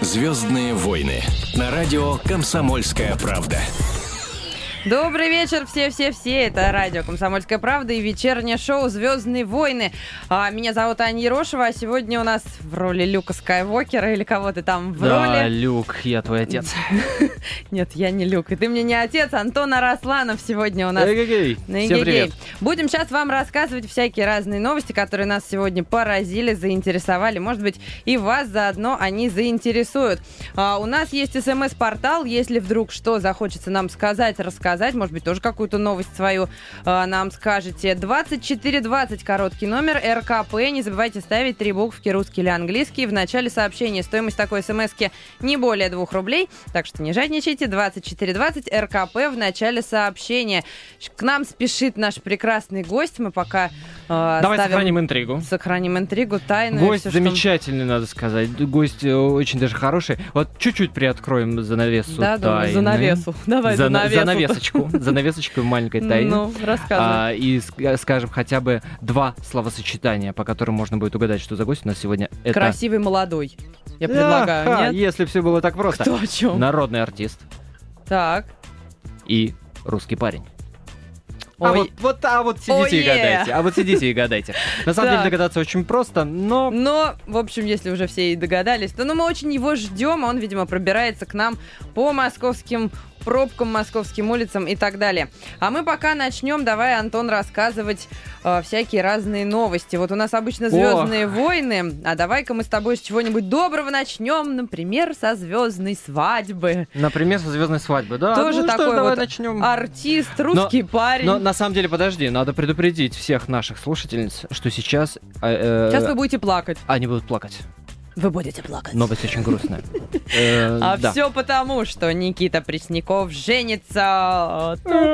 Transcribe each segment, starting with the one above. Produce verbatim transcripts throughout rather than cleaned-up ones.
«Звездные войны» на радио «Комсомольская правда». Добрый вечер, все-все-все. Это радио «Комсомольская правда» и вечернее шоу «Звездные войны». А, меня зовут Аня Ерошева, а сегодня у нас в роли Люка Скайуокера или кого ты там в да, роли? Да, Люк, я твой отец. Нет, я не Люк, и ты мне не отец. Антон Арасланов сегодня у нас. Эй-гей-гей. Всем привет. Будем сейчас вам рассказывать всякие разные новости, которые нас сегодня поразили, заинтересовали. Может быть, и вас заодно они заинтересуют. А, у нас есть смс-портал, если вдруг что захочется нам сказать, рассказать. Может быть, тоже какую-то новость свою э, нам скажете. двадцать четыре двадцать, короткий номер, эр ка пэ. Не забывайте ставить три буковки, русский или английский, в начале сообщения. Стоимость такой смски не более двух рублей, так что не жадничайте. двадцать четыре двадцать, эр ка пэ в начале сообщения. К нам спешит наш прекрасный гость. Мы пока э, Давай ставим... сохраним интригу. Сохраним интригу, тайну. Гость все, замечательный, что... надо сказать. Гость очень даже хороший. Вот чуть-чуть приоткроем занавесу да, тайны. занавесу. Давай За- занавесу. Занавесочку. Занавесочку маленькой тайны. Ну, рассказывай. А, и скажем хотя бы два словосочетания, по которым можно будет угадать, что за гость у нас сегодня. Это... Красивый молодой. Я предлагаю, А-ха, нет? если все было так просто. Кто о чем? Народный артист. Так. И русский парень. Ой. А вот, вот, а вот сидите Ой, и гадайте. А вот сидите и гадайте. На самом деле догадаться очень просто, но... Но, в общем, если уже все и догадались, то ну, мы очень его ждем. Он, видимо, пробирается к нам по московским пробкам, московским улицам и так далее. А мы пока начнем, давай, Антон, рассказывать э, всякие разные новости. Вот у нас обычно «Звездные Ох. войны», а давай-ка мы с тобой с чего-нибудь доброго начнем, например, со «Звездной свадьбы». Например, со «Звездной свадьбы», да. Тоже ну, такой что, давай вот начнем. Артист, русский но, парень. Но на самом деле, подожди, надо предупредить всех наших слушательниц, что сейчас... Э, сейчас вы будете плакать. Они будут плакать. Вы будете плакать. Новость очень грустная. А все потому, что Никита Пресняков женится.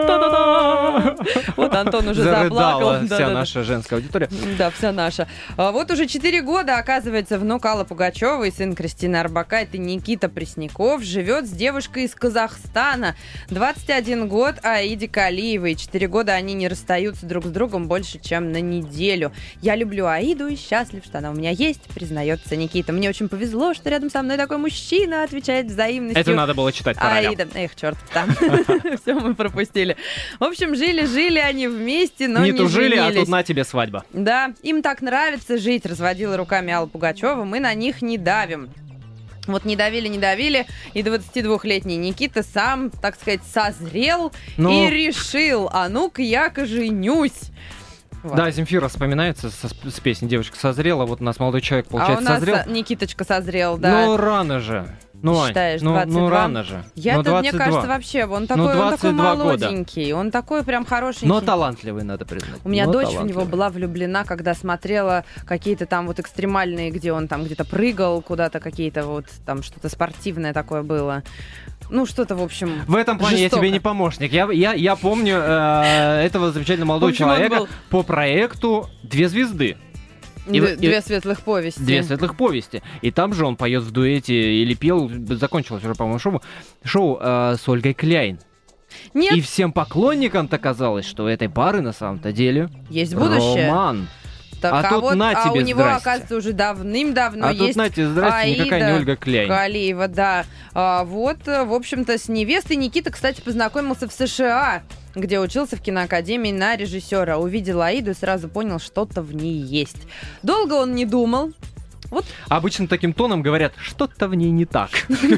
Вот Антон уже заплакал. Вся наша женская аудитория. Да, вся наша. Вот уже четыре года, оказывается, внук Аллы Пугачевой, сын Кристины Орбакайте, Никита Пресняков, живет с девушкой из Казахстана. двадцать один год Аиде Калиевой. Четыре года они не расстаются друг с другом больше, чем на неделю. Я люблю Аиду и счастлив, что она у меня есть, признается Никита. Мне очень повезло, что рядом со мной такой мужчина, отвечает взаимностью. Это надо было читать параллельно. Аида. Эх, черт, там. Все мы пропустили. В общем, жили-жили они вместе, но не женились. Не тужили, а тут на тебе свадьба. Да, им так нравится жить, разводила руками Алла Пугачева, мы на них не давим. Вот не давили, не давили, и двадцатидвухлетний Никита сам, так сказать, созрел но... и решил, а ну-ка я-ка женюсь. Вот. Да, Земфира вспоминается со, с песней «Девочка созрела». Вот у нас молодой человек, получается, а у нас созрел. Никиточка созрел, да. Ну, рано же. Ну, считаешь, ну, двадцать два? Ну, рано же. Я ну, тут, мне кажется, вообще, он такой, ну, он такой молоденький, года. Он такой прям хорошенький. Но талантливый, надо признать. У меня Но дочь в него была влюблена, когда смотрела какие-то там вот экстремальные, где он там где-то прыгал куда-то, какие-то вот там что-то спортивное такое было. Ну, что-то, в общем, в этом плане жестоко. Я тебе не помощник. Я, я, я помню э, этого замечательного молодого общем, человека был... по проекту «Две звезды». И, две и, светлых повести. Две светлых повести. И там же он поет в дуэте или пел, закончилось уже, по-моему, шоу, шоу э, с Ольгой Кляйн. Нет. И всем поклонникам-то казалось, что у этой пары на самом-то деле есть будущее. Роман. Так, а а, тут вот, на тебе, а у него, здрасте. оказывается, уже давным-давно а есть тут на тебе, здрасте, Аида никакая не Ольга Кляйн. Калиева, да. А, вот, в общем-то, с невестой Никита, кстати, познакомился в США, где учился в киноакадемии на режиссера. Увидел Аиду и сразу понял, что-то в ней есть. Долго он не думал. Вот. Обычно таким тоном говорят, что-то в ней не так.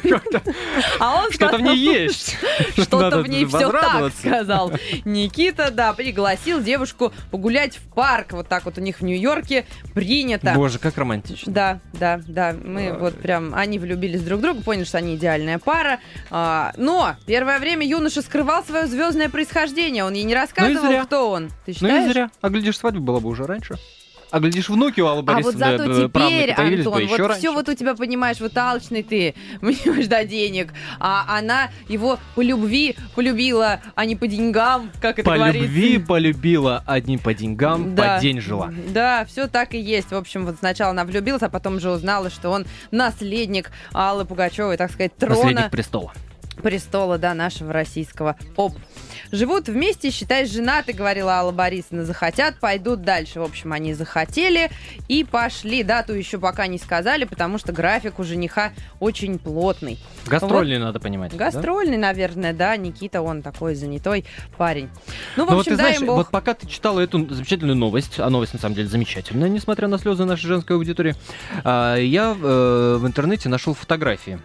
А он что-то в ней есть. Что-то в ней все так, сказал Никита, да, пригласил девушку погулять в парк. Вот так вот у них в Нью-Йорке принято. Боже, как романтично. Да, да, да. Мы вот прям, они влюбились друг в друга, поняли, что они идеальная пара. Но первое время юноша скрывал свое звездное происхождение. Он ей не рассказывал, кто он. Ты считаешь? Ну и зря. А глядишь, свадьба была бы уже раньше. А глядишь, внуки у Аллы Борисовны, а вот зато теперь, Антон, бы еще вот раньше. все вот у тебя, понимаешь, вот алчный ты, понимаешь, до денег, а она его по любви полюбила, а не по деньгам, как это по говорится. По любви полюбила, одни по деньгам, да. по день жила. Да, все так и есть. В общем, вот сначала она влюбилась, а потом уже узнала, что он наследник Аллы Пугачевой, так сказать, трона. Наследник престола. престола, да, нашего российского поп. Живут вместе, считай, женаты, говорила Алла Борисовна. Захотят, пойдут дальше. В общем, они захотели и пошли. Дату еще пока не сказали, потому что график у жениха очень плотный. Гастрольный, вот. Надо понимать. Гастрольный, да? Наверное, да. Никита, он такой занятой парень. Ну, в Но общем, вот ты дай знаешь, им бог. вот пока ты читала эту замечательную новость, а новость на самом деле замечательная, несмотря на слезы нашей женской аудитории, я в интернете нашел фотографии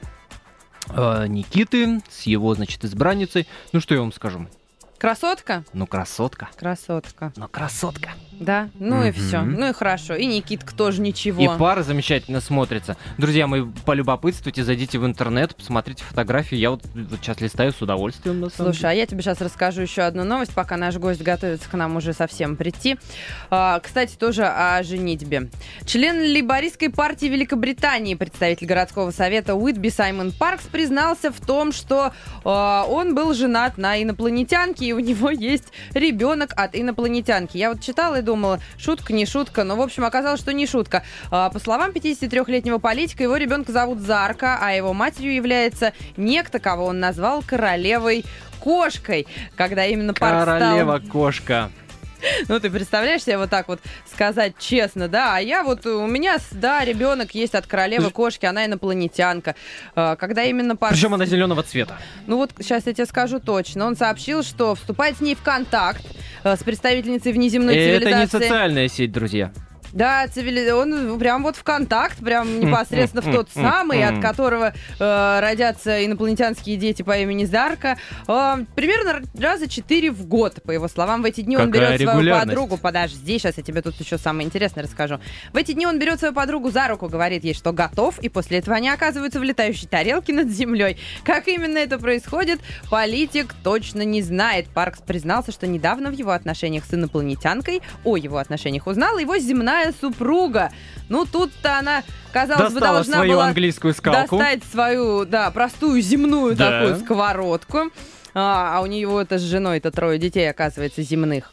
Никиты с его, значит, избранницей. Ну, что я вам скажу? Красотка? Ну, красотка. Красотка. Ну, красотка. Да? Ну Mm-hmm. и все. Ну и хорошо. И Никитка тоже ничего. И пара замечательно смотрится. Друзья мои, полюбопытствуйте, зайдите в интернет, посмотрите фотографии. Я вот, вот сейчас листаю с удовольствием. На самом Слушай, деле. а я тебе сейчас расскажу еще одну новость, пока наш гость готовится к нам уже совсем прийти. А, кстати, тоже о женитьбе. Член лейбористской партии Великобритании, представитель городского совета Уитби Саймон Паркс, признался в том, что а, он был женат на инопланетянке, и у него есть ребенок от инопланетянки. Я вот читала и думала, шутка, не шутка, но, в общем, оказалось, что не шутка. А, по словам пятидесятитрёхлетнего политика, его ребенка зовут Зарка, а его матерью является некто, кого он назвал королевой кошкой, когда именно Паркс стал... Королева-кошка. Ну, ты представляешь себе вот так вот сказать честно, да? А я вот, у меня, да, ребенок есть от королевы кошки, она инопланетянка. А, когда именно Паркс... Причем она зеленого цвета. Ну вот, сейчас я тебе скажу точно. Он сообщил, что вступает с ней в контакт э, с представительницей внеземной цивилизации. Это не социальная сеть, друзья. Да, цивили... он прям вот в контакт, прям непосредственно в тот самый, от которого э, родятся инопланетянские дети по имени Зарка. Э, примерно раза четыре в год, по его словам. В эти дни он Какая берет свою регулярность? подругу. Подожди, сейчас я тебе тут еще самое интересное расскажу. В эти дни он берет свою подругу за руку, говорит ей, что готов, и после этого они оказываются в летающей тарелке над землей. Как именно это происходит, политик точно не знает. Паркс признался, что недавно в его отношениях с инопланетянкой, о его отношениях узнала его земная супруга. Ну, тут-то она, казалось бы, Достала должна свою была английскую скалку. достать свою, да, простую земную Да. такую сковородку. А, а у нее-то с женой-то трое детей, оказывается, земных.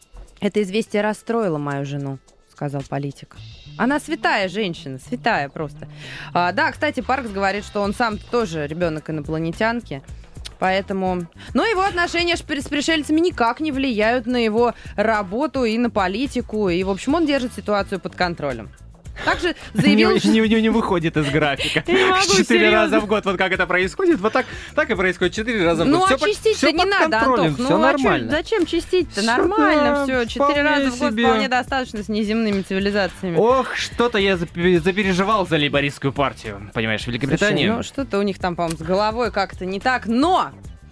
Это известие расстроило мою жену, сказал политик. Она святая женщина, святая просто. А, да, кстати, Паркс говорит, что он сам тоже ребенок инопланетянки. Поэтому... Но его отношения с пришельцами никак не влияют на его работу и на политику. И, в общем, он держит ситуацию под контролем. Также заявил... Не, не, не выходит из графика. Я не могу, Четыре серьезно. раза в год. Вот как это происходит. Вот так, так и происходит. Четыре раза в год. Ну, Всё а под- чистить-то всё не под надо, контролем, Антох. всё Ну, а чё- нормально. зачем чистить-то? Всё, Нормально да, все. Четыре вполне раза в год себе. вполне достаточно с неземными цивилизациями. Ох, что-то я запе- запереживал за лейбористскую партию. Понимаешь, Великобритания. Слушай, ну что-то у них там, по-моему, с головой как-то не так. Но!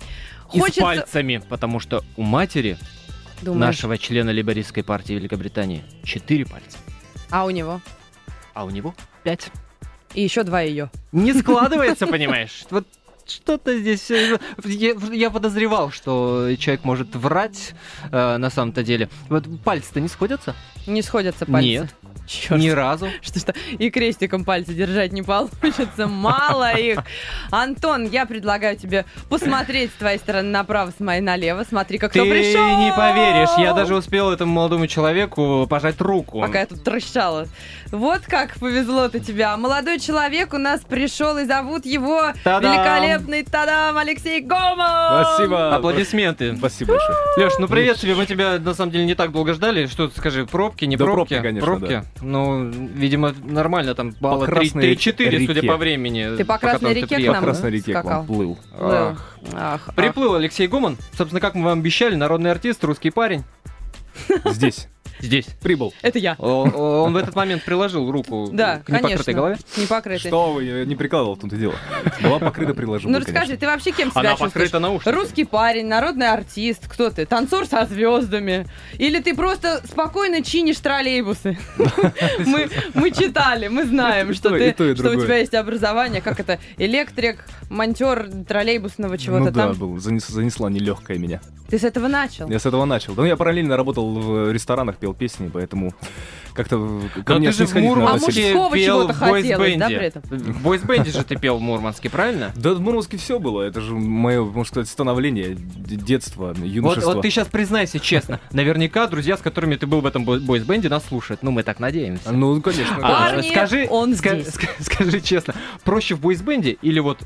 И с Хочется... пальцами, потому что у матери Думаешь, нашего члена лейбористской партии Великобритании четыре пальца, а у него? а у него пять. И еще два ее. Не складывается, понимаешь? Вот что-то здесь... э, Я, я подозревал, что человек может врать э, на самом-то деле. Вот пальцы-то не сходятся? Не сходятся пальцы. Нет. Черт. Ни разу. Что, что и крестиком пальцы держать не получится. Мало их. Антон, я предлагаю тебе посмотреть с твоей стороны направо, с моей налево. Смотри, как Ты кто пришел. не поверишь, я даже успел этому молодому человеку пожать руку. Пока я тут трещала. Вот как повезло-то тебя. Молодой человек у нас пришел, и зовут его Та-дам! великолепный тадам Алексей Гомов. Спасибо. Аплодисменты. Спасибо большое. Леш, ну привет тебе, мы тебя на самом деле не так долго ждали. Что ты скажи, пробки, не Да пробки? пробки, конечно, Пробки? Ну, видимо, нормально, там балла Красной три-четыре, судя реке. по времени. Ты по Красной которым ты реке к приехал. нам, По Красной да, реке к скакал? вам плыл. Ах. Ах, ах. Приплыл Алексей Гомон. Собственно, как мы вам обещали, народный артист, русский парень. Здесь. Здесь. Прибыл. Это я. Он, он в этот момент приложил руку Да, к непокрытой конечно. голове. Не покрытый. Что вы, я не прикладывал, в том-то дело. Была покрыта, приложил. Ну бы, расскажи, конечно. ты вообще кем себя Она чувствуешь? покрыта наушниками. Русский парень, народный артист, кто ты? Танцор со звездами? Или ты просто спокойно чинишь троллейбусы? Мы мы читали, мы знаем, И что то, ты, и то, и что у другое. тебя есть образование, как это, электрик, монтер троллейбусного чего-то Ну да, там. был, занес- занесла нелегкая меня. Ты с этого начал? Я с этого начал. Ну, я параллельно работал в ресторанах, пел песни, поэтому как-то ко Но мне ты же в снисходительно А относились. Мурманске мужского пел чего-то в хотелось, да, бойсбенде. при этом? В бойсбенде же ты пел в Мурманске, правильно? Да, в Мурманске все было. Это же мое, можно сказать, становление, д- детство, Вот, юношество. вот ты сейчас признайся честно. Наверняка друзья, с которыми ты был в этом бой- бойсбенде, нас слушают. Ну, мы так надеемся. Ну, конечно. А, Парни, скажи, он ска- здесь. ска- скажи честно, проще в бойсбенде или вот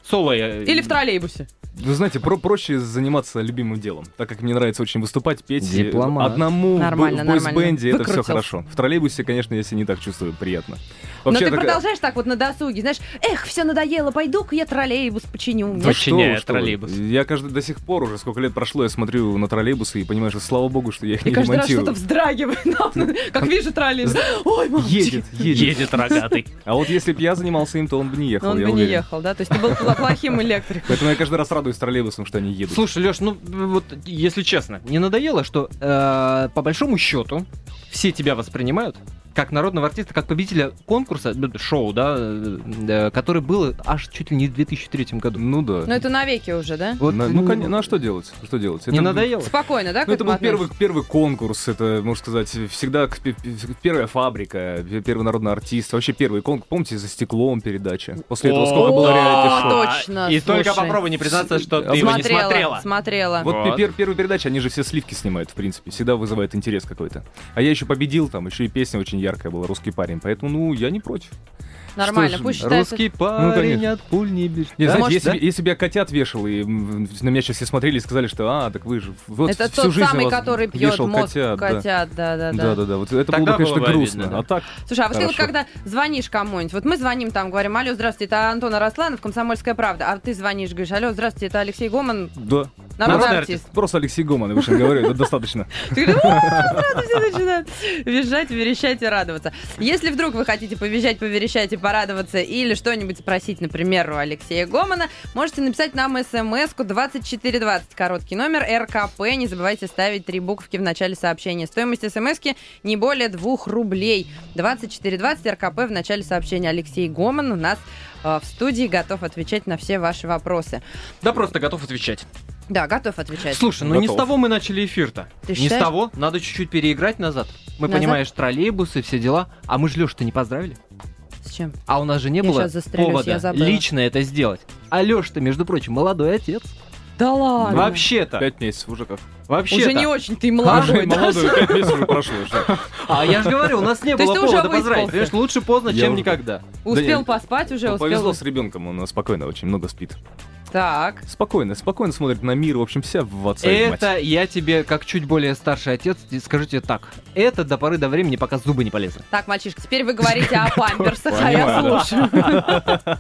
Соло. я- Или в троллейбусе. Вы знаете, про проще заниматься любимым делом, так как мне нравится очень выступать, петь. Дипломат. Одному Нормально, в бойс-бенде это все Выкрутился. хорошо. В троллейбусе, конечно, я себя не так чувствую приятно. Но Вообще, ты так- продолжаешь так вот на досуге, знаешь, эх, все надоело, пойду-ка я троллейбус починю. Да Нет? Почти. что Починяет вы, что вы. троллейбус. Я каждый до сих пор уже сколько лет прошло, я смотрю на троллейбусы и понимаю, что слава богу, что я их И не каждый раз ремонтирую. что-то вздрагивает, как вижу троллейбус. Ой, мамочки. Едет, едет. Едет рогатый. А вот если бы я занимался им, то он бы не ехал, Он я бы не уверен. ехал, да? То есть ты был пла- плохим электриком. Поэтому я каждый раз радуюсь троллейбусам, что они едут. Слушай, Леш, ну вот если честно, не надоело, что э, по большому счету все тебя воспринимают как народного артиста, как победителя конкурса, ну, шоу, да, э, э, который был аж чуть ли не в две тысячи третьем году. Ну да. Но это навеки уже, да? Вот, На- ну, коне- ну, а что делать? Что делать? не Это- надоело? Спокойно, да? к Ну, это этому был первый, относишься? первый конкурс, это, можно сказать, всегда к- пе- пе- первая фабрика, пе- первый народный артист, вообще первый конкурс, помните, «За стеклом» передача? После этого сколько было О, реалити-шоу? точно, И только слушай. попробуй не признаться, что С- ты его не Смотрела, смотрела. смотрела. Вот, Вот. пе- пер- первые передачи, они же все сливки снимают, в принципе, всегда вызывает интерес какой-то. А я еще победил, там еще и песня очень яркая была, «Русский парень», поэтому, ну, я не против. Нормально, Что ж, пусть считается... Русский парень конечно. от пуль не бежит. Не, Да? знаете, Может, если, да? бы- если бы я котят вешал, и м, на меня сейчас все смотрели и сказали, что, а, так вы же вот Это всю тот жизнь самый, у вас который пьет вешал мозг котят, да. котят, да-да-да. Да-да-да, вот это Тогда было бы, конечно, было бы грустно. обидно, да. А так, Слушай, а вот ты вот Хорошо. когда звонишь кому-нибудь, вот мы звоним там, говорим, алло, здравствуйте, это Антон Арасланов, «Комсомольская правда», а ты звонишь, говоришь, алло, здравствуйте, это Алексей Гоман, да. народный Народный артист. Просто Алексей Гоман, я очень говорю, это достаточно. Ты говоришь, «О, сразу все начинают визжать, верещать и радоваться. Если вдруг вы хотите повизжать, поверещать и порадоваться или что-нибудь спросить, например, у Алексея Гомана, можете написать нам смс-ку двадцать четыре двадцать, короткий номер эр ка пэ. Не забывайте ставить три буковки в начале сообщения. Стоимость смс-ки не более двух рублей. двадцать четыре двадцать, эр ка пэ в начале сообщения. Алексей Гоман у нас э, в студии, готов отвечать на все ваши вопросы. Да просто готов отвечать. Да, готов отвечать. Слушай, ну не с Готов. того мы начали эфир-то. Ты Не с считаешь? того, надо чуть-чуть переиграть назад. Мы, Назад? понимаешь, троллейбусы, все дела. А мы ж Лёш-то не поздравили. С чем? А у нас же не Я было щас застрелюсь, повода я забыла. лично это сделать. А Лёш-то, между прочим, молодой отец. Да ладно. Вообще-то. Пять месяцев уже как. Вообще-то. Уже не очень ты Уже молодой. да? молодой, пять месяцев уже прошло. уже. А я же говорю, у нас не То есть было ты уже повода поздравить. выспался? Понимаешь, лучше поздно, Я чем уже- никогда. Успел нет, поспать уже, Ну, успел. повезло с ребенком, он спокойно, очень много спит. Так. Спокойно, спокойно смотрит на мир, в общем, вся в отца и в мать. Это я тебе, как чуть более старший отец, скажу тебе так. Это до поры до времени, пока зубы не полезли. Так, мальчишка, теперь вы говорите о памперсах, а я Понимаю, да. слушаю.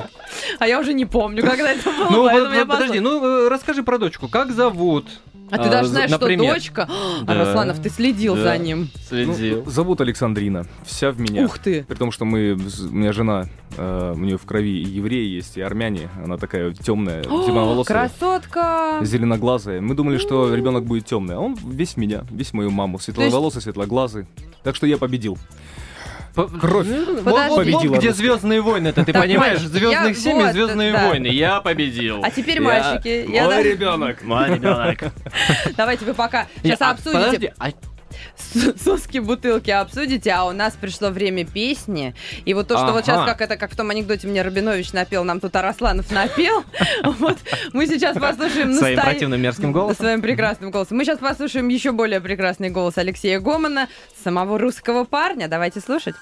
А я уже не помню, когда это было, Ну, поэтому вот, я подожди, послушаю. ну э, расскажи про дочку. Как зовут? А ты даже за- знаешь, что например. дочка... Да. А, Русланов, ты следил Да. за ним. Следил. Ну, зовут Александрина, вся в меня. Ух ты. При том, что мы, з- у меня жена, э, у нее в крови и евреи есть, и армяне. Она такая темная, темноволосая, Красотка. зеленоглазая. Мы думали, что ребенок будет темный, а он весь в меня, весь в мою маму. Светловолосый, светлоглазый. Так что я победил. По- Кровь. Ну, Вот, Подожди. вот Победила где русская. Звездные войны, это ты Так, понимаешь? Вань, Звездных я- семь и вот, Звездные да. войны. Я победил. А теперь Я- мальчики. Я Мой да- ребенок. Мой ребенок. Давайте вы пока сейчас А, обсудите. Подожди, а С- соски бутылки обсудите, а у нас пришло время песни. И вот то, что вот сейчас, Ага. как это, как в том анекдоте мне Рабинович напел, нам тут Арасланов напел. Вот мы сейчас послушаем Своим настоя- противным мерзким голосом? Своим прекрасным голосом. Мы сейчас послушаем еще более прекрасный голос Алексея Гомана, самого русского парня. Давайте слушать.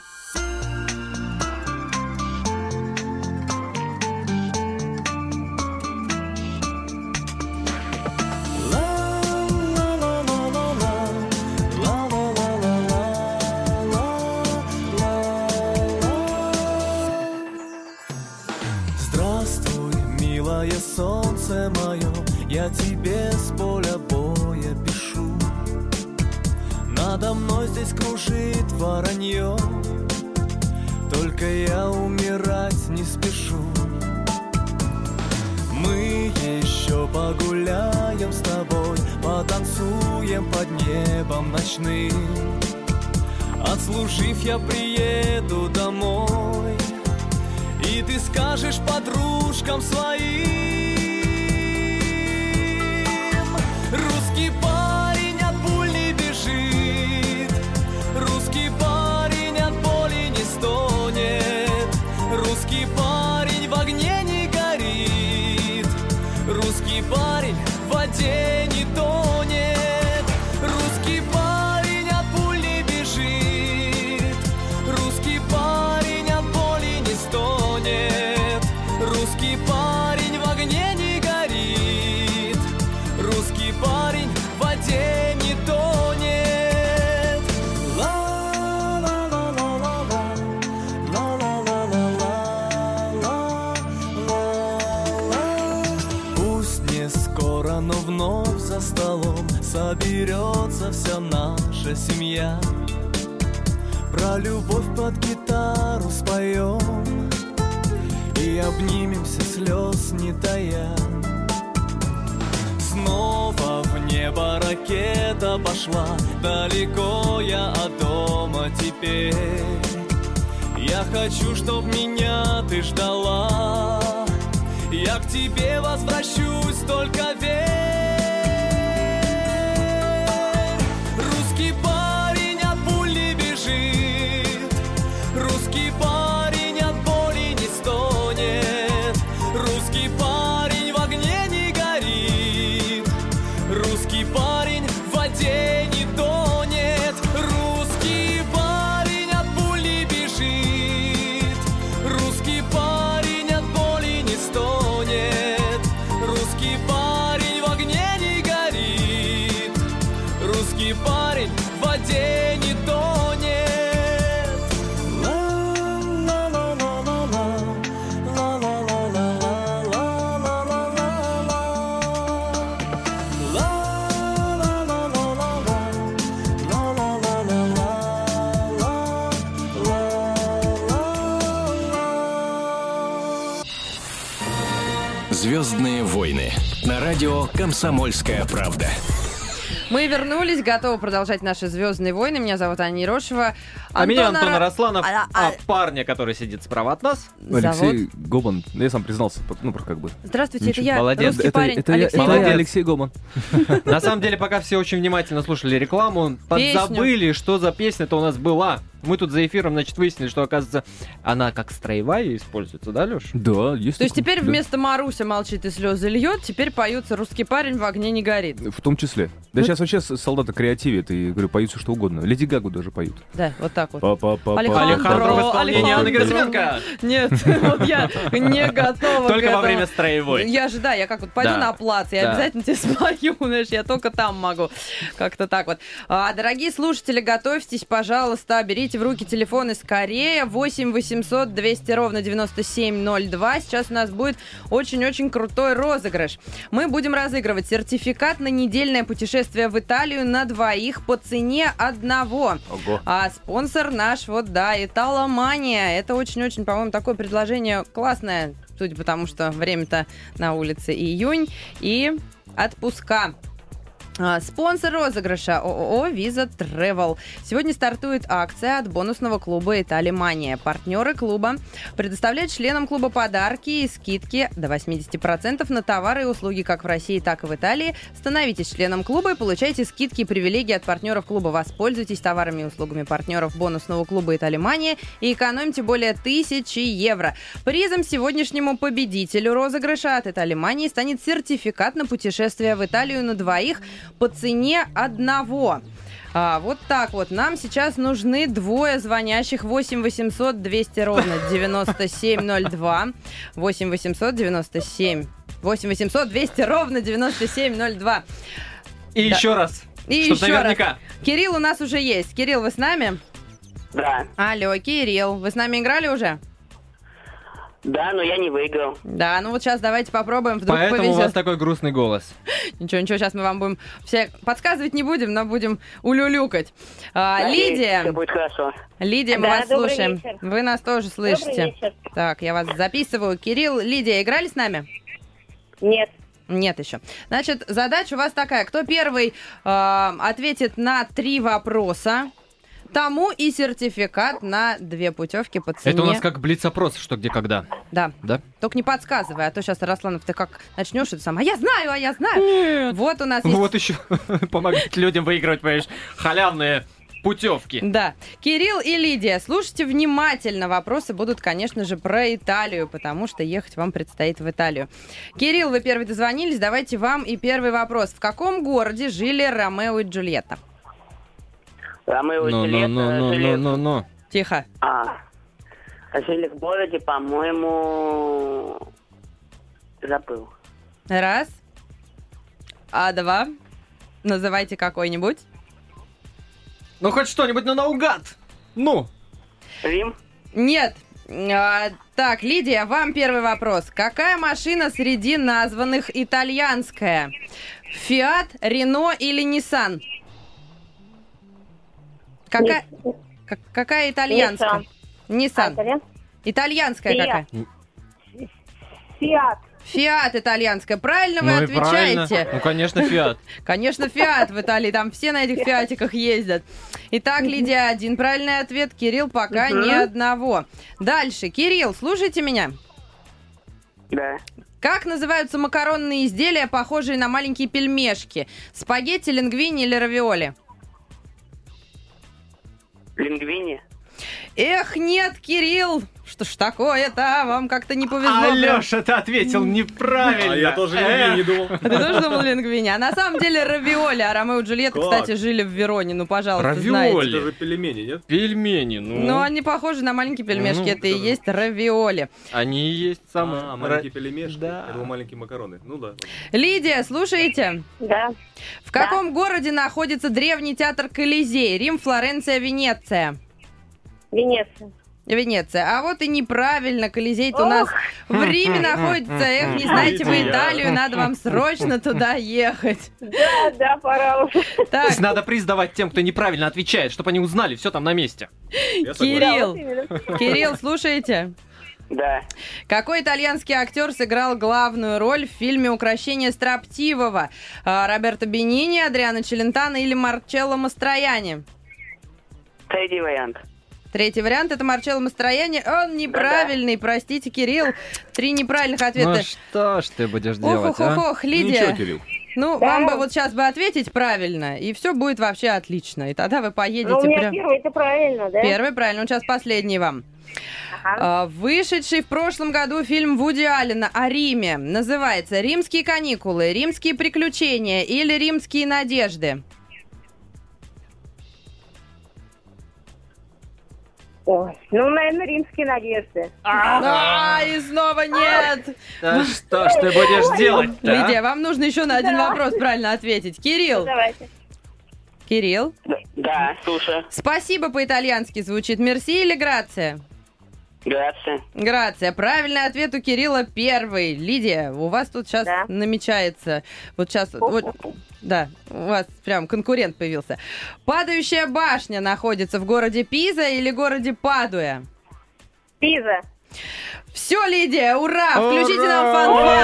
Здравствуй, милое солнце мое, я тебе с поля боя пишу. Надо мной здесь кружит воронье, только я умирать не спешу. Мы еще погуляем с тобой, потанцуем под небом ночным. Отслужив, я приеду домой, и ты скажешь подружкам своим: русский парень от пуль не бежит, русский парень от боли не стонет, русский парень в огне не горит, русский парень в воде не тонет, русский парень от пуль не бежит, русский парень от боли не стонет, русский парень но вновь за столом соберется вся наша семья. Про любовь под гитару споем и обнимемся, слез не тая. Снова в небо ракета пошла, далеко я от дома теперь. Я хочу, чтоб меня ты ждала, я к тебе возвращусь, только верь. Русский парень от пуль не бежит, русский парень от боли не стонет, русский парень в огне не горит, русский парень в воде не тонет, русский парень от пуль не бежит, русский парень от боли не стонет, русский парень в огне не горит, русский парень в воде не тонет. «Звездные войны» на радио «Комсомольская правда». Мы вернулись, готовы продолжать наши «Звездные войны». Меня зовут Аня Ерошева. А меня Антон Ра- Арасланов, А- а, а- парня, который сидит справа от нас. Алексей Зовут? Гобан. Я сам признался, ну, как бы. Здравствуйте, это Ничего. я, Молодец. русский это, парень это я- Алексей это Гобан. я, Алексей Гобан. На самом деле, пока все очень внимательно слушали рекламу, подзабыли, что за песня-то у нас была. Мы тут за эфиром, значит, выяснили, что, оказывается, она как строевая используется, да, Леш? Да, есть. То есть такое. теперь Да. вместо «Маруся молчит и слезы льет», теперь поются «Русский парень в огне не горит». В том числе. Да Ну- сейчас вообще с- солдаты креативят и, говорю, поют все что угодно. Леди Гагу даже поют. Да, вот так вот. Па-па-па-па. Алехандро в исполнении Анны Алехандро. Герасименко. Нет, вот я не готова к Только во этому. время строевой. Я же, да, я как вот пойду Да. на плац, я Да. обязательно тебе спою, знаешь, я только там могу. Как-то так вот. А, дорогие слушатели, готовьтесь, пожалуйста, берите в руки телефоны скорее. восемь восемьсот двести ровно девяносто семь ноль два. Сейчас у нас будет очень-очень крутой розыгрыш. Мы будем разыгрывать сертификат на недельное путешествие в Италию на двоих по цене одного. Ого. А спонсор наш, вот да, Италомания. Это очень-очень, по-моему, такое предложение классное, судя по тому, что время-то на улице июнь и отпуска. А, Спонсор розыгрыша ООО «Виза Travel». Сегодня стартует акция от бонусного клуба «Италимания». Партнеры клуба предоставляют членам клуба подарки и скидки до восемьдесят процентов на товары и услуги как в России, так и в Италии. Становитесь членом клуба и получайте скидки и привилегии от партнеров клуба. Воспользуйтесь товарами и услугами партнеров бонусного клуба «Италимания» и экономьте более тысячи евро. Призом сегодняшнему победителю розыгрыша от «Италимании» станет сертификат на путешествие в Италию на двоих по цене одного. А, вот так вот. Нам сейчас нужны двое звонящих. восемь восемьсот двести ровно девяносто семь ноль два. восемь восемьсот девяносто семь. восемь восемьсот двести ровно девяносто семь ноль два. И Да. еще раз. И Чтоб еще наверняка. раз. Кирилл у нас уже есть. Кирилл, вы с нами? Да. Алло, Кирилл. Вы с нами играли уже? Да, но я не выиграл. Да, ну вот сейчас давайте попробуем, вдруг Поэтому у повезет. вас такой грустный голос. Ничего, ничего, сейчас мы вам будем все подсказывать не будем, но будем улюлюкать. А, Надеюсь, Лидия, всё будет хорошо. Лидия, мы Да, вас добрый слушаем. вечер. Вы нас тоже слышите. вечер. Так, я вас записываю. Кирилл, Лидия, играли с нами? Нет. Нет еще. Значит, задача у вас такая. Кто первый э, ответит на три вопроса, тому и сертификат на две путевки по цене. Это у нас как блиц-опрос, что где когда. Да. Да? Только не подсказывай, а то сейчас, Арасланов, ты как начнешь это сам. А я знаю, а я знаю. Вот у нас есть... Вот еще помогать людям выигрывать, понимаешь, халявные путевки. Да. Кирилл и Лидия, слушайте внимательно. Вопросы будут, конечно же, про Италию, потому что ехать вам предстоит в Италию. Кирилл, вы первый дозвонились. Давайте вам и первый вопрос. В каком городе жили Ромео и Джульетта? Ромео и Ну, ну, Джульетта ну, ну, жили- ну, ну, ну. Тихо. А, жили в городе, по-моему, забыл. Раз. А два. Называйте какой-нибудь. Ну, хоть что-нибудь на наугад. Ну. Рим? Нет. А, так, Лидия, вам первый вопрос. Какая машина среди названных итальянская? Фиат, Рено или Ниссан? Какая, как- какая итальянская? Ниссан. Итальян? Итальянская Фиат. какая? Фиат. Фиат итальянская. Правильно вы Ну и правильно. отвечаете? Ну, конечно, Фиат. Конечно, Фиат в Италии. Там все на этих Фиатиках ездят. Итак, Лидия, один правильный ответ. Кирилл пока Мгм. ни одного. Дальше. Кирилл, слушайте меня. Да. Как называются макаронные изделия, похожие на маленькие пельмешки? Спагетти, лингвини или равиоли? Лингвини. Эх, нет, Кирилл! Что ж такое-то? Вам как-то не повезло. прям. Алёша, ты ответил неправильно. А я тоже не, не думал. Ты тоже думал лингвини? А на самом деле равиоли. А Ромео и Джульетта, Как? кстати, жили в Вероне. Ну, пожалуйста, Равиоли. знаете. Это же пельмени, нет? Пельмени, ну. Ну, они похожи на маленькие пельмешки. Ну, Это и есть равиоли. Они и есть самые. А, маленькие пельмешки. Да. Я думал, маленькие макароны. Ну да. Лидия, слушайте. Да. В каком городе находится древний театр Колизей? Рим, Флоренция, Венеция. Венеция. Венеция. А вот и неправильно. Колизей-то у нас в Риме находится. Эх, не знаете вы Италию, надо вам срочно туда ехать. Да, да, пора уже. То Так, есть надо приз давать тем, кто неправильно отвечает, чтобы они узнали, все там на месте. Я согласен. Кирилл, Именно. Кирилл, слушайте. Да. Какой итальянский актер сиграл главную роль в фильме «Укрощение строптивого»? А, Роберто Бенини, Адриано Челентано или Марчелло Мастрояни? Третий вариант. Третий вариант — это Марчелло Мастрояни. Он неправильный, простите, Кирилл. Три неправильных Ну ответа. что ж ты будешь делать, а? Ох-ох-ох, Ну, ничего, Лидия. Кирилл. Ну, Да. вам бы вот сейчас бы ответить правильно, и все будет вообще отлично. И тогда вы поедете Ну, у меня прям... первый, это правильно, да? Первый, правильно. Ну, сейчас последний вам. Ага. А, Вышедший в прошлом году фильм Вуди Аллена о Риме называется «Римские каникулы», «Римские приключения» или «Римские надежды». Ой, ну, наверное, римские надежды. А, и снова нет! Да что ж ты будешь делать-то, а? Лидия, вам нужно еще на один вопрос правильно ответить. Кирилл, Давайте. Кирилл, Да, слушаю. спасибо по-итальянски звучит. Мерси или грация? Грация. Грация. Правильный ответ у Кирилла первый. Лидия, у вас тут сейчас Да. намечается... Вот сейчас... Вот, да, у вас прям конкурент появился. Падающая башня находится в городе Пиза или городе Падуя? Пиза. Все, Лидия, ура! Включите нам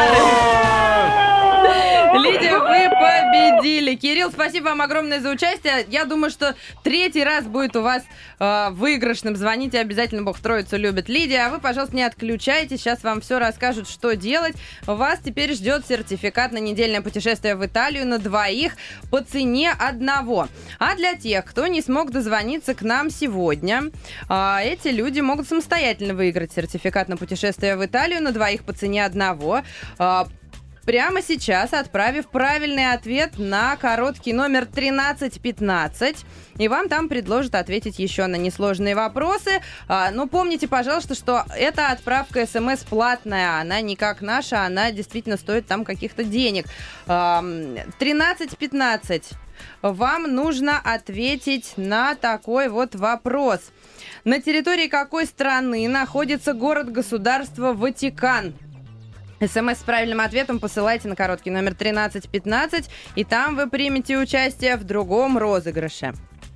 фанфары! Лидия, вы победили. Кирилл, спасибо вам огромное за участие. Я думаю, что третий раз будет у вас э, выигрышным. Звоните обязательно, Бог Троицу любит. Лидия, а вы, пожалуйста, не отключайтесь. Сейчас вам все расскажут, что делать. Вас теперь ждет сертификат на недельное путешествие в Италию на двоих по цене одного. А для тех, кто не смог дозвониться к нам сегодня, э, эти люди могут самостоятельно выиграть сертификат на путешествие в Италию на двоих по цене одного. Э, Прямо сейчас, отправив правильный ответ на короткий номер тринадцать пятнадцать, и вам там предложат ответить еще на несложные вопросы. А, но помните, пожалуйста, что эта отправка СМС платная, она не как наша, она действительно стоит там каких-то денег. А, тринадцать пятнадцать. Вам нужно ответить на такой вот вопрос. На территории какой страны находится город-государство Ватикан? СМС с правильным ответом посылайте на короткий номер тринадцать пятнадцать, и там вы примете участие в другом розыгрыше.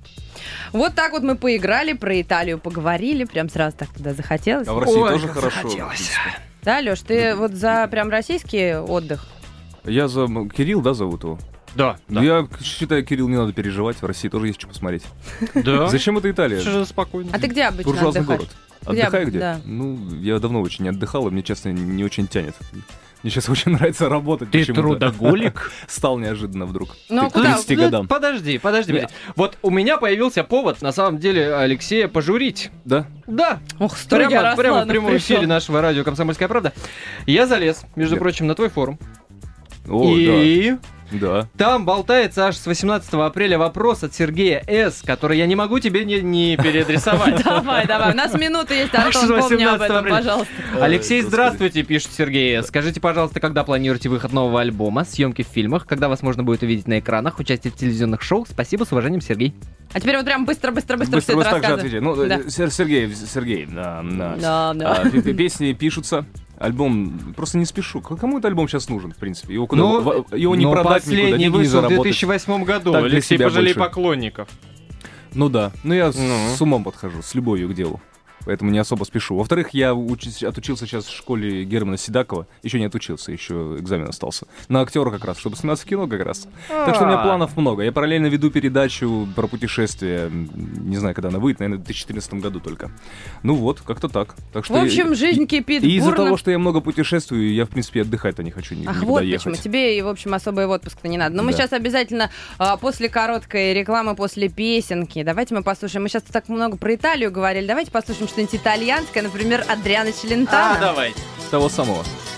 Вот так вот мы поиграли, про Италию поговорили, прям сразу так туда захотелось. А в России Ой, тоже как хорошо. захотелось. Да, Лёш, ты вот за прям российский отдых? Я за... Кирилл, да, зовут его? Да, Ну, я считаю, Кирилл, не надо переживать, в России тоже есть что посмотреть. да. Зачем это Италия? Что же спокойно. А ты где обычно Буржуазный отдыхаешь? город. Где Отдыхаю об- где? да. Ну, я давно очень не отдыхал, и мне, честно, не очень тянет. Мне сейчас очень нравится работать. Ты почему-то. трудоголик? Стал неожиданно вдруг. Ну, К куда? тридцати Ну, годам. Подожди, подожди, подожди. Вот у меня появился повод, на самом деле, Алексея пожурить. Да? Да. Ох, строгий Прямо, прямо в Арасланов прямом пришел. эфире нашего радио «Комсомольская правда». Я залез, между Да. прочим, на твой форум. О, И да. Да. там болтается аж с восемнадцатого апреля вопрос от Сергея С., который я не могу тебе не, не переадресовать. Давай, давай, у нас минуты есть, Аж с Антон, помни об восемнадцатого этом, апреля. пожалуйста. Алексей, Господи. здравствуйте, пишет Сергей. Скажите, пожалуйста, когда планируете выход нового альбома, съемки в фильмах, когда вас можно будет увидеть на экранах, участие в телевизионных шоу? Спасибо, с уважением, Сергей. А теперь вот прям быстро-быстро-быстро все Быстро это так же рассказывай. отвечай. Ну, Да. э, Сер- Сергей, Сергей, да, да. Да, да. А, п- п- песни пишутся, альбом просто не спешу. К- Кому этот альбом сейчас нужен, в принципе? Его, куда, Ну, в- его не но продать никуда, последний деньги не вышел в заработать. две тысячи восьмом году. Так, для Алексей, себя пожалей больше. поклонников. Ну да, ну я с- Ну. с умом подхожу, с любовью к делу. Поэтому не особо спешу. Во-вторых, я учусь- отучился сейчас в школе Германа Седакова. Еще не отучился, еще экзамен остался. На актера как раз, чтобы сниматься в кино как раз. Так что у меня планов много. Я параллельно веду передачу про путешествия. Не знаю, когда она выйдет, наверное, в две тысячи четырнадцатом году только. Ну вот, как-то так. Так что В общем, и- жизнь и- кипит И из-за бурно. того, что я много путешествую, я, в принципе, отдыхать-то не хочу ни- Ах, никуда вот ехать. почему. Тебе, и, в общем, особый отпуск-то не надо. Но мы Да. сейчас обязательно а, после короткой рекламы, после песенки, давайте мы послушаем. Мы сейчас так много про Италию говорили. Давайте послушаем что-нибудь итальянское, например, Адриано Челентано. А, давай. Того самого.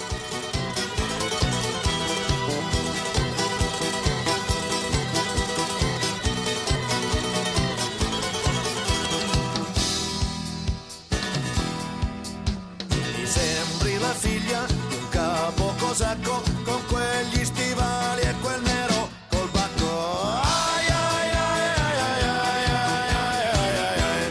Mi sembri la figlia di un capo cosacco con quegli stivali e quel nero col bacco. Ai, ai, ai, ai, ai, ai, ai, ai, ai, ai.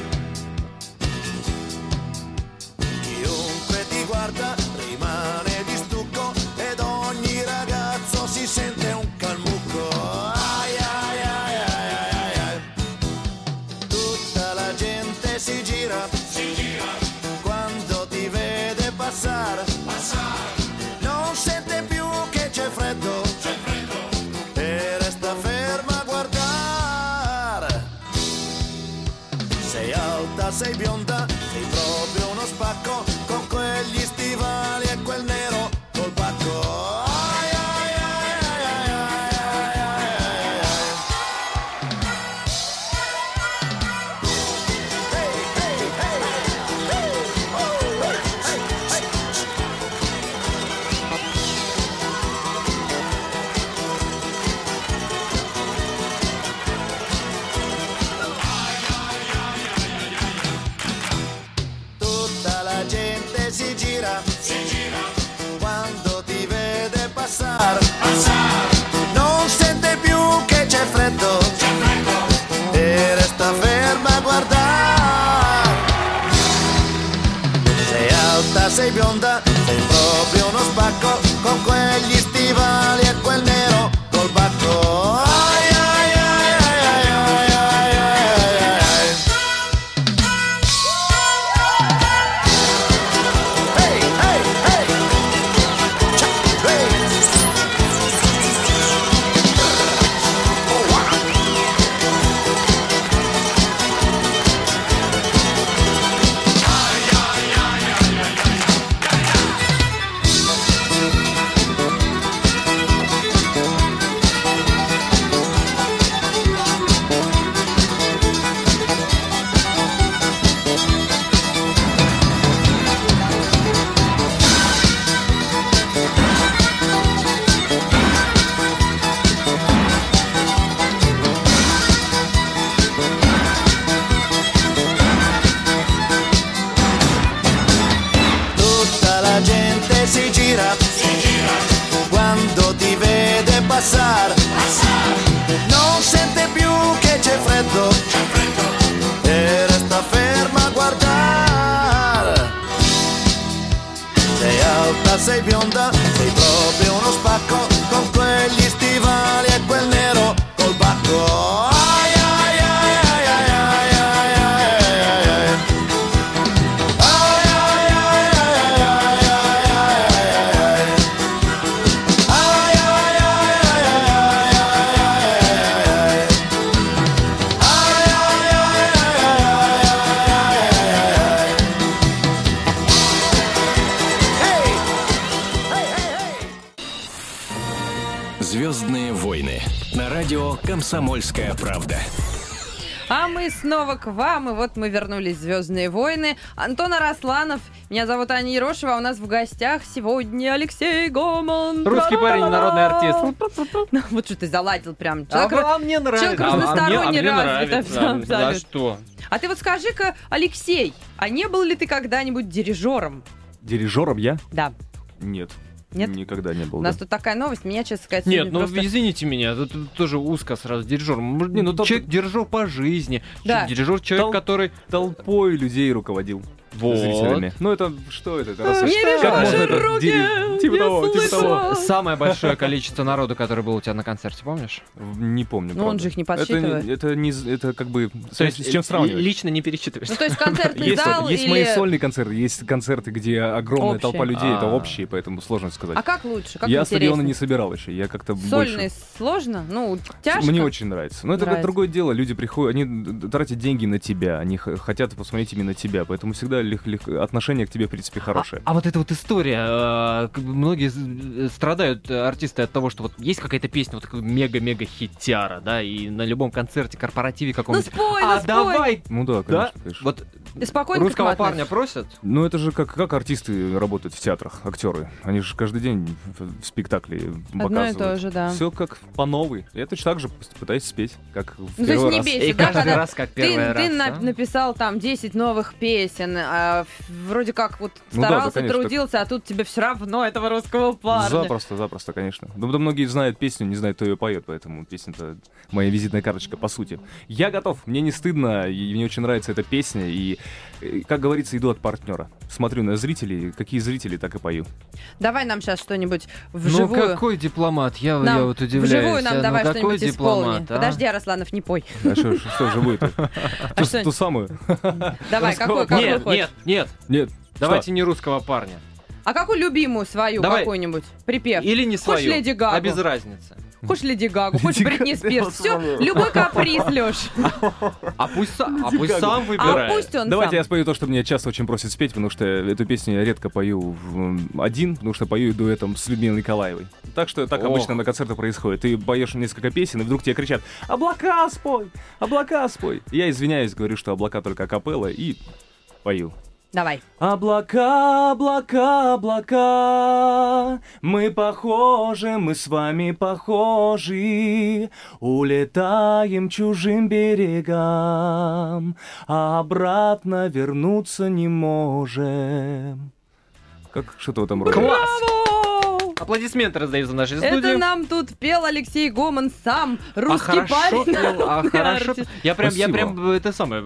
Chiunque ti guarda rimane di stucco ed ogni ragazzo si sente un calmucco. Ai, ai, ai, ai, ai, ai, ai. Tutta la gente si gira, si gira quando ti vede passare, non sente più che c'è freddo, e resta ferma a guardare. Sei alta, sei bionda, sei proprio uno spacco, con quegli stivali e quel nero col bacco. Ai, ai, ai, ai, ai, ai, ai, ai, ai. Hey, hey, hey, hey, oh, hey, hey, hey. Tutta la gente si gira, si gira quando ti vede passare, non sente più che c'è freddo, c'è freddo e resta ferma a guardare. Sei alta, sei bionda, sei proprio uno spacco, con quegli stivali e quel nero col bacco. Ai, ai, ai, ai, ai, ai, ai, ai, ai, ai. Hey, hey, hey. Cha, hey. Oh, wow. Tutta la gente si gira, si gira quando ti vede passare, non sente più che c'è freddo, c'è freddo e resta ferma a guardare. Sei alta, sei bionda, sei proprio uno spacco, con quegli stivali e quel nero col bacco. Ai, ai, ai, ai, ai, ai, ai, ai, ai, ai. Ai, ai, ai, ai, ai, ai, ai, ai, ai. Ai, ai, ai, ai, ai, ai, ai, ai, ai. Ai, ai, ai, ai, ai, ai, ai, ai. Hey! Hey, hey, hey! «Звездные войны» на радио «Комсомольская правда». А мы снова к вам, и вот мы вернулись в «Звездные войны». Антон Арасланов, меня зовут Аня Ерошева, а у нас в гостях сегодня Алексей Гомон. Русский парень, народный артист. Ну, вот что ты заладил прям. А, Человек раз- а мне нравится. человек А- а мне- разносторонне а мне развит, нравится. абсолютно. За что? А ты вот скажи-ка, Алексей, а не был ли ты когда-нибудь дирижером? Дирижером я? Да. Нет. Нет? Никогда не был. У нас да. тут такая новость, меня, честно сказать, Нет, сегодня ну просто... извините меня, тут тоже узко сразу дирижер. Может, Не, ну, тот- человек дирижер по жизни. Да. Дирижер человек, Тол- который... Толпой людей руководил. Вот. Зрителями. Ну это что это? это раз- Не вижу как ваши можно это руки, дери- Типа я того, типа слышу. того. Самое большое количество народу, которое было у тебя на концерте, помнишь? Не помню. Ну, он правда. же их не Это подсчитывает. не- Это, не, это как бы... То есть с чем сравнивать? лично не пересчитываешь. Ну, то есть концертный Есть, зал есть или... мои сольные концерты, есть концерты, где огромная Общие. толпа людей, это А. общие, поэтому сложно сказать. А как лучше? Как я интереснее? стадионы не собирал еще, я как-то Сольный больше... сложно? Ну, тяжко? Мне очень нравится. Но это как Нравится. другое дело. Люди приходят, они д- тратят деньги на тебя, они х- хотят посмотреть именно тебя, поэтому всегда лег- лег- отношение к тебе, в принципе, хорошее. А, а вот эта вот история, э, как бы многие з- страдают, э, артисты, от того, что вот есть какая-то песня, вот такой мега-мега хитяра, да, и на любом концерте, корпоративе Ну, каком-нибудь. спой, ну, а спой. давай, Ну да, да, конечно, конечно. вот И спокойно к русского этому парня относишься. просят. Ну это же как, как артисты работают в театрах, актеры. Они же каждый день в, в спектакле Одно и показывают. то же, да. Все как по новой. Я точно так же пытаюсь спеть, как в Ну, то есть первый не раз. бесит, И да, каждый когда раз как ты, первый ты раз, на- да? написал там десять новых песен, а, ф- вроде как вот Ну да, да, старался, конечно, трудился, а тут тебе все равно этого русского парня. Запросто, запросто, конечно. Да, да многие знают песню, не знают, кто ее поет, поэтому песня-то моя визитная карточка, по сути. Я готов, мне не стыдно, и мне очень нравится эта песня, и, и, как говорится, иду от партнера. Смотрю на зрителей, какие зрители, так и пою. Давай нам сейчас что-нибудь Ну вживую. какой дипломат, я, Нам я вот удивляюсь. вживую нам а, ну давай какой что-нибудь дипломат, исполни. а? Подожди, Арасланов, не пой. А что, что живую-то? А Ту- что- Ту самую? Давай, Русского какую, какую Нет, хочешь? нет, нет, Нет. давайте не русского парня. А какую любимую свою Давай. какую-нибудь? Припев. Или не Хочешь свою, Леди Гагу? а без разницы. Хочешь Леди Гагу, хочешь Леди Бритни Гага, Спирс. я Все, вспомнил. любой каприз, Леш. А пусть, са- а пусть Гагу. сам А выбирает. пусть он Давайте сам. я спою то, что меня часто очень просят спеть, потому что эту песню я редко пою в, м, один, потому что пою дуэтом с Людмилой Николаевой. Так что так Ох. обычно на концертах происходит. Ты поешь несколько песен, и вдруг тебе кричат: «Облака спой! Облака спой!» Я извиняюсь, говорю, что облака только акапелла, и пою. Давай. Облака, облака, облака, мы похожи, мы с вами похожи, улетаем чужим берегам, а обратно вернуться не можем. Как что-то в этом роде. Класс! Браво! Аплодисменты раздаются в нашей Это студии. нам тут пел Алексей Гоман сам, а русский хорошо парень. пел, а народный хорошо. артист. Я прям, я Спасибо. прям это самое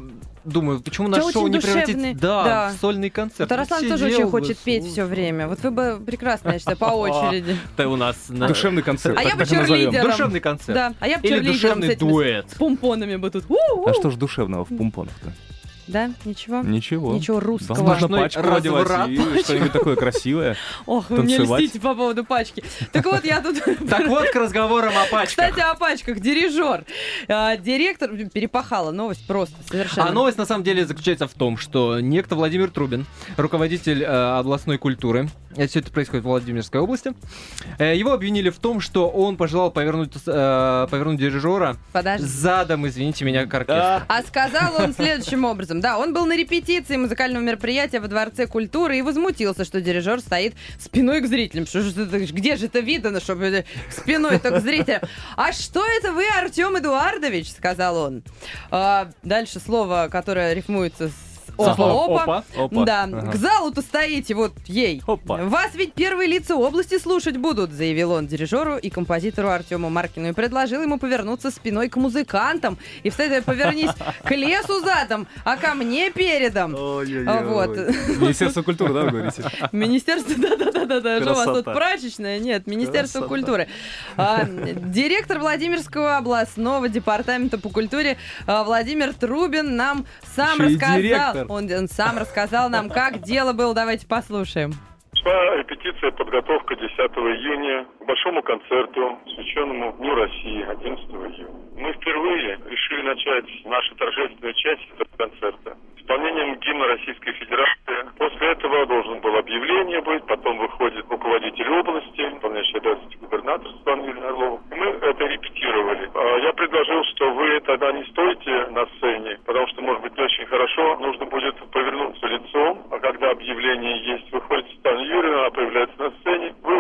думаю, почему У тебя наше шоу очень не превратить душевный, да, да. в сольный концерт. Вот Араслан тоже Сидел очень бы, хочет петь слушал. все время. Вот вы бы прекрасно, я считаю, по очереди. Ты у нас на- Душевный концерт. А так- я бы так и назовем. черлидером. душевный концерт. Да, а я бы Или черлидером душевный с этими- дуэт. С помпонами бы тут. У-у. А что ж душевного в пумпонах-то? Да, ничего? Ничего. Ничего русского. Вам нужно Сплошной пачку надевать разврат. и что-нибудь такое красивое. Ох, вы мне танцевать. льстите по поводу пачки. Так вот, я тут... Так вот, к разговорам о пачках. Кстати, о пачках. Дирижер. А, Директор... Перепахала новость просто совершенно. А новость на самом деле заключается в том, что некто Владимир Трубин, руководитель э, областной культуры, все это происходит в Владимирской области, э, его обвинили в том, что он пожелал повернуть, э, повернуть дирижера Подожди. задом, извините меня, к оркестру. А сказал он следующим образом. Да, он был на репетиции музыкального мероприятия во Дворце культуры и возмутился, что дирижер стоит спиной к зрителям. Что же это, где же это видно, чтобы спиной-то к зрителям? А что это вы, Артем Эдуардович? Сказал он. А, дальше слово, которое рифмуется с Со словом опа-опа. опа. Опа. Да, Ага. к залу-то стоите, вот ей. Опа. Вас ведь первые лица области слушать будут, заявил он дирижеру и композитору Артему Маркину и предложил ему повернуться спиной к музыкантам и встать, повернись к лесу задом, а ко мне передом. А вот. Министерство культуры, да, вы говорите? Министерство, да-да-да-да, что у вас тут Красота. прачечная? Нет, Министерство Красота. культуры. А, директор Владимирского областного департамента по культуре а, Владимир Трубин нам сам Еще и рассказал. директор. Он, он сам рассказал нам, как дело было. Давайте послушаем. Шла репетиция, подготовка десятого июня к большому концерту, посвященному Дню России, одиннадцатого июня. Мы впервые решили начать нашу торжественную часть этого концерта исполнением гимна Российской Федерации. После этого должен был объявление быть, потом выходит руководитель области, выполняющий обязанности губернатора Светлана Юрьевна Орлова. Мы это репетировали. А Я предложил, что вы тогда не стоите на сцене, потому что, может быть, не очень хорошо. Нужно будет повернуться лицом, а когда объявление есть, выходит Светлана Юрьевна, она появляется на сцене, вы уходите.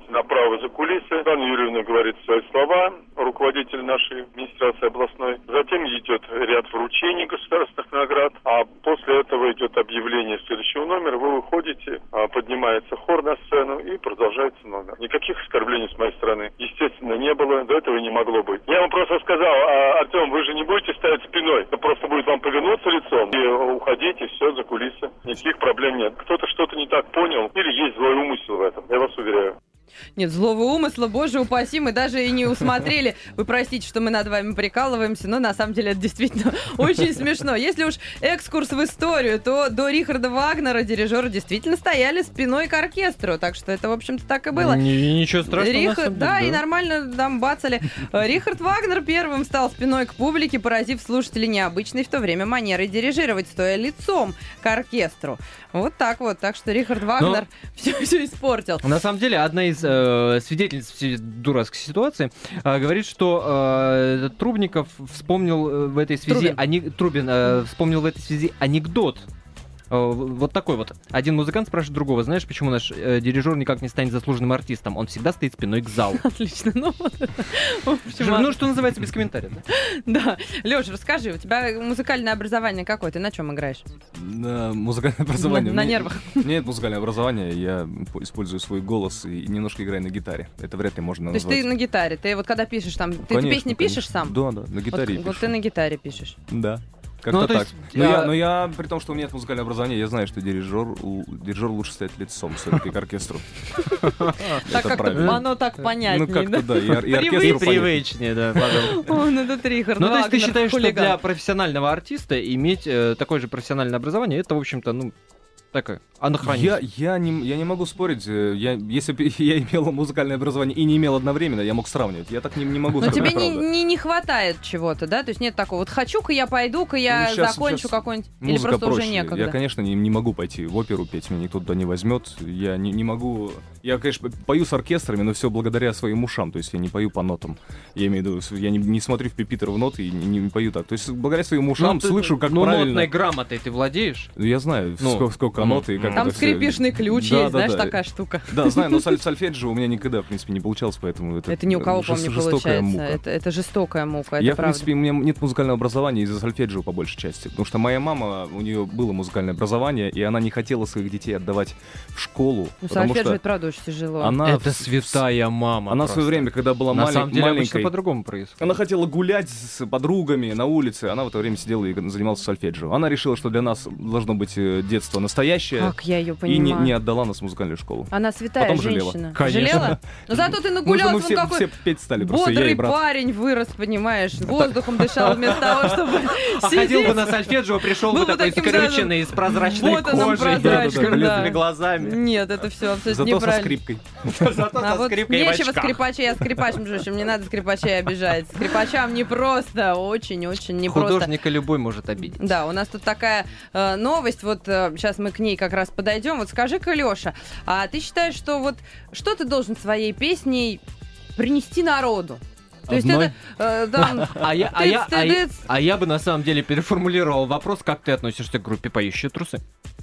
направо за кулисы. Анна Юрьевна говорит свои слова, руководитель нашей администрации областной. Затем идет ряд вручений государственных наград, а после этого идет объявление следующего номера. Вы выходите, а, поднимается хор на сцену и продолжается номер. Никаких оскорблений с моей стороны, естественно, не было, до этого и не могло быть. Я вам просто сказал, а, Артем, вы же не будете стоять спиной, это просто будет вам повернуться лицом и уходить, и все, за кулисы. Никаких проблем нет. Кто-то что-то не так понял или есть злой умысел в этом, я вас уверяю. Нет, злого умысла, боже упаси, мы даже и не усмотрели. Вы простите, что мы над вами прикалываемся, но на самом деле это действительно очень смешно. Если уж экскурс в историю, то до Рихарда Вагнера дирижеры действительно стояли спиной к оркестру, так что это, в общем-то, так и было. Ни- Ничего страшного. на Рихард, самом деле, да, и нормально там бацали. Рихард Вагнер первым стал спиной к публике, поразив слушателей необычной в то время манерой дирижировать, стоя лицом к оркестру. Вот так вот. Так что Рихард Вагнер все, все испортил. На самом деле, одна из э, свидетельниц всей дурацкой ситуации э, говорит, что э, Трубников вспомнил э, в этой связи... Трубин. Ани... Трубин э, вспомнил в этой связи анекдот. Э, вот такой вот. Один музыкант спрашивает другого: знаешь, почему наш э, дирижер никак не станет заслуженным артистом? Он всегда стоит спиной к залу. Отлично. Ну, вот это, в общем, Ну, что называется, без комментариев. Да? да. Лёш, расскажи, у тебя музыкальное образование какое? Ты на чем играешь? На музыкальное образование. На- на У меня- нервах. У меня нет музыкального образования, я по- использую свой голос и немножко играю на гитаре. Это вряд ли можно То есть назвать. ты на гитаре, ты вот когда пишешь там, ты эти Конечно, песни конечно. пишешь сам? Да, да, на гитаре Вот, пишу. вот ты на гитаре пишешь. Да. Ну, Как-то то так. есть, Но, а- я, но я, при том, что у меня нет музыкального образования, я знаю, что дирижер, л- дирижер лучше стоять лицом все-таки к оркестру. Так Это как-то правильно. оно так понятнее, Ну как-то да, и ор- и И оркестру понятно. привычнее, да, пожалуйста. О, ну этот Рихард Ну, то есть ты Вагнер, считаешь, что хулиган. для профессионального артиста иметь э, такое же профессиональное образование, это, в общем-то, ну, такое, анахронизм. Я, я, не, я не могу спорить. э, Я, если бы я имел музыкальное образование и не имел одновременно, я мог сравнивать. Я так не, не могу Но сказать, тебе не, правда. не, не хватает чего-то, да? То есть нет такого, вот хочу-ка я пойду-ка я Ну, щас- закончу щас какой-нибудь... Или Музыка просто проще. уже некогда? Я, конечно, не, не могу пойти в оперу петь, меня никто туда не возьмет. Я не, не могу... Я, конечно, пою с оркестрами, но все благодаря своим ушам. То есть я не пою по нотам. Я имею в виду, я не, не смотрю в пепитер в ноты и не, не пою так. То есть благодаря своим ушам Ну, ты- слышу, как ну, правильно... нотной грамотой ты владеешь? Я знаю, Ну, сколько, сколько ну, нот и как Там это всё- скрипичный ключ Да, есть, да, знаешь, да. такая штука. Да, знаю, но соль- сольфеджио у меня никогда, в принципе, не получалось, поэтому это... Это ни у кого, жест- по-моему, не жестокая получается. мука. Это, это жестокая мука, это Я, в правда. принципе, у меня нет музыкального образования из-за сольфеджио по большей части. Потому что моя мама, у нее было музыкальное образование, и она не хотела своих детей отдавать в школу. Ну, потому сольфеджио что это, правда, очень тяжело. она, Это в- святая мама. она в просто. свое время, когда была На малень- самом деле обычно маленькой, по-другому происходит. она хотела гулять с подругами на улице, она в это время сидела и занималась сольфеджио. Она решила, что для нас должно быть э, детство настоящее, Как я ее и не, понимаю. не отдала нас в музыкальную школу. Она святая Потом жалела. женщина. Конечно. Жалела? Но зато ты Мы же нагулялся, мы он все, какой все петь стали, просто я и бодрый брат. парень вырос, понимаешь, воздухом дышал вместо того, чтобы А ходил бы сидеть. на сольфеджио, пришел Был бы бы такой таким скрюченный, с прозрачной Вот он, кожей, прозрачным, с да. белыми глазами. Нет, это все абсолютно Зато со неправильно. скрипкой. Зато А со вот скрипкой и в нечего очках. скрипачей, я скрипач, между прочим, не надо скрипачей обижать. Скрипачам непросто, очень-очень непросто. Художника любой может обидеть. Да, у нас тут такая э, новость, вот э, сейчас мы к ней как раз подойдем. Вот скажи-ка, Леша, а ты считаешь, что вот что ты должен своей песней принести народу? То есть Одной? это... э, там, А я, а, я, а, я, тыц-тыц. а я бы на самом деле переформулировал вопрос, как ты относишься к группе «Поющие трусы».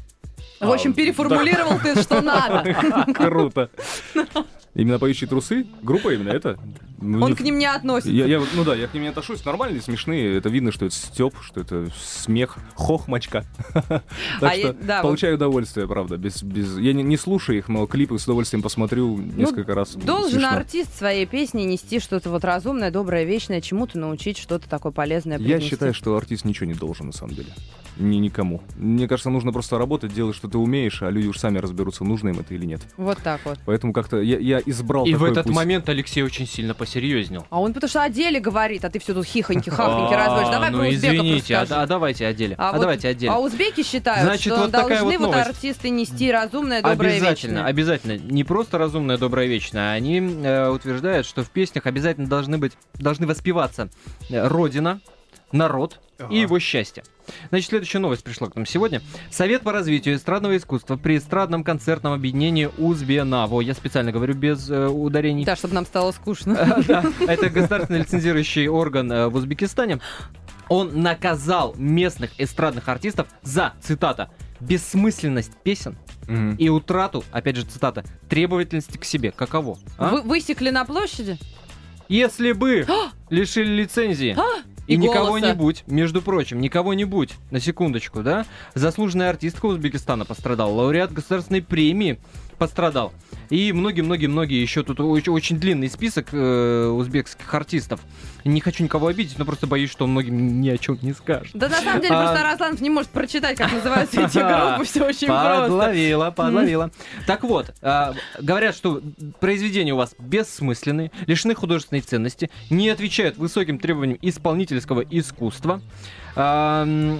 В общем, переформулировал ты, что надо. Круто. Именно поющие трусы? Группа именно это? Ну, Он не- к ним не относится. Я, я вот- ну да, я к ним не отношусь. Нормальные, смешные. Это видно, что это стёб, что это смех, хохмочка. Так А что я- да, получаю удовольствие, правда. Без, без... Я не, не слушаю их, но клипы с удовольствием посмотрю несколько раз. Должен Смешно. артист своей песни нести что-то вот разумное, доброе, вечное, чему-то научить, что-то такое полезное Я привнести. считаю, что артист ничего не должен, на самом деле. Ни никому. Мне кажется, нужно просто работать, делать, что ты умеешь, а люди уж сами разберутся, нужно им это или нет. Вот так вот. Поэтому как-то я, я избрал И в такой этот путь. момент Алексей очень сильно посерьезнел. А он потому что о деле говорит, а ты все тут хихоньки-хахоньки разводишь. Давай ну про узбеков извините, а, расскажи. а давайте о деле. А, вот- давайте о деле. а узбеки считают, Значит, что вот такая должны вот вот новость. артисты нести разумное, доброе, Обязательно, вечное. обязательно. Не просто разумное, доброе, вечное. Они э, утверждают, что в песнях обязательно должны быть, должны воспеваться э, Родина, народ и его счастье. Значит, следующая новость пришла к нам сегодня. Совет по развитию эстрадного искусства при эстрадном концертном объединении Узбенаво. Я специально говорю без э, ударений. Да, чтобы нам стало скучно. Э, да, это государственный лицензирующий орган э, в Узбекистане. Он наказал местных эстрадных артистов за, цитата, бессмысленность песен Мгм. и утрату, опять же цитата, требовательности к себе. Каково? а? Вы высекли на площади? Если бы лишили лицензии и, И голоса. никого-нибудь, между прочим, никого-нибудь, на секундочку, да, заслуженная артистка Узбекистана пострадал, лауреат государственной премии пострадал. И многие-многие-многие еще тут очень, очень длинный список э, узбекских артистов. Не хочу никого обидеть, но просто боюсь, что он многим ни о чем не скажет. Да на самом деле А. просто Арасланов не может прочитать, как называются эти группы, все очень просто. Подловила, подловила. Так вот, а, говорят, что произведения у вас бессмысленные, лишены художественной ценности, не отвечают высоким требованиям исполнительского искусства, а, м,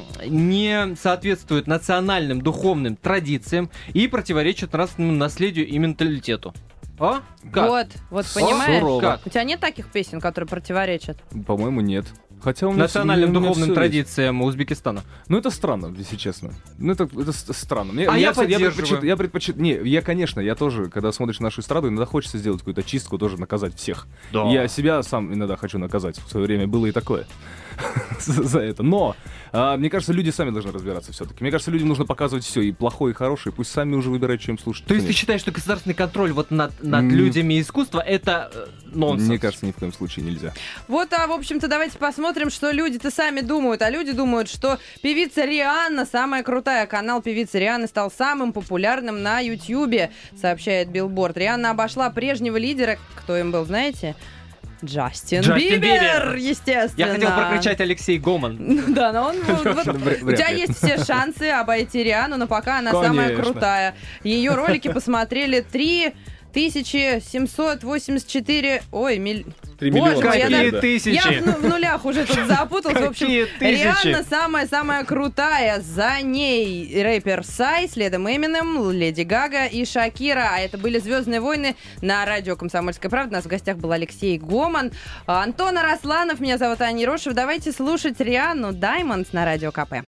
не соответствуют национальным духовным традициям и противоречат нравственному наследию и менталитету. А? Как? Вот, вот понимаешь? Сурово. Как? У тебя нет таких песен, которые противоречат? По-моему, нет. Хотя у меня Национальным всё- у меня духовным всё есть. традициям Узбекистана. Ну, это странно, если честно. Ну, это, это с- странно. Мне, А я всё- поддерживаю. предпочит- я предпочит- Не, я, конечно, я тоже, когда смотришь нашу эстраду, иногда хочется сделать какую-то чистку, тоже наказать всех. Да. Я себя сам иногда хочу наказать. В свое время было и такое. За за это. Но, а, мне кажется, люди сами должны разбираться все-таки. Мне кажется, людям нужно показывать все, и плохое, и хорошее. Пусть сами уже выбирают, чем слушать. То есть ты Нет. считаешь, что государственный контроль вот над, над М. людьми искусства это э, нонсенс? Мне кажется, ни в коем случае нельзя. Вот, а в общем-то, давайте посмотрим, что люди-то сами думают. А люди думают, что певица Рианна самая крутая. Канал певицы Рианны стал самым популярным на Ютьюбе, сообщает Билборд. Рианна обошла прежнего лидера. Кто им был, знаете? Джастин, Джастин Бибер, Бибер. естественно. Я хотел прокричать Алексей Гоман. Ну да, но он... вот- вот- вряд у тебя ли. есть все шансы обойти Риану, но пока она самая Конечно. крутая. Ее ролики посмотрели три тысячи семьсот восемьдесят четыре... Ой, миль... Три Боже миллиона. мой, я Какие даже- тысячи? Я в, ну- в нулях уже тут запутался. В общем, Какие тысячи? Рианна самая-самая крутая. За ней рэпер Сай, следом Эминем, Леди Гага и Шакира. А это были «Звездные войны» на радио «Комсомольская правда». У нас в гостях был Алексей Гоман. А, Антон Арасланов, меня зовут Аня Рошев. Давайте слушать Рианну «Diamonds» на радио ка пэ.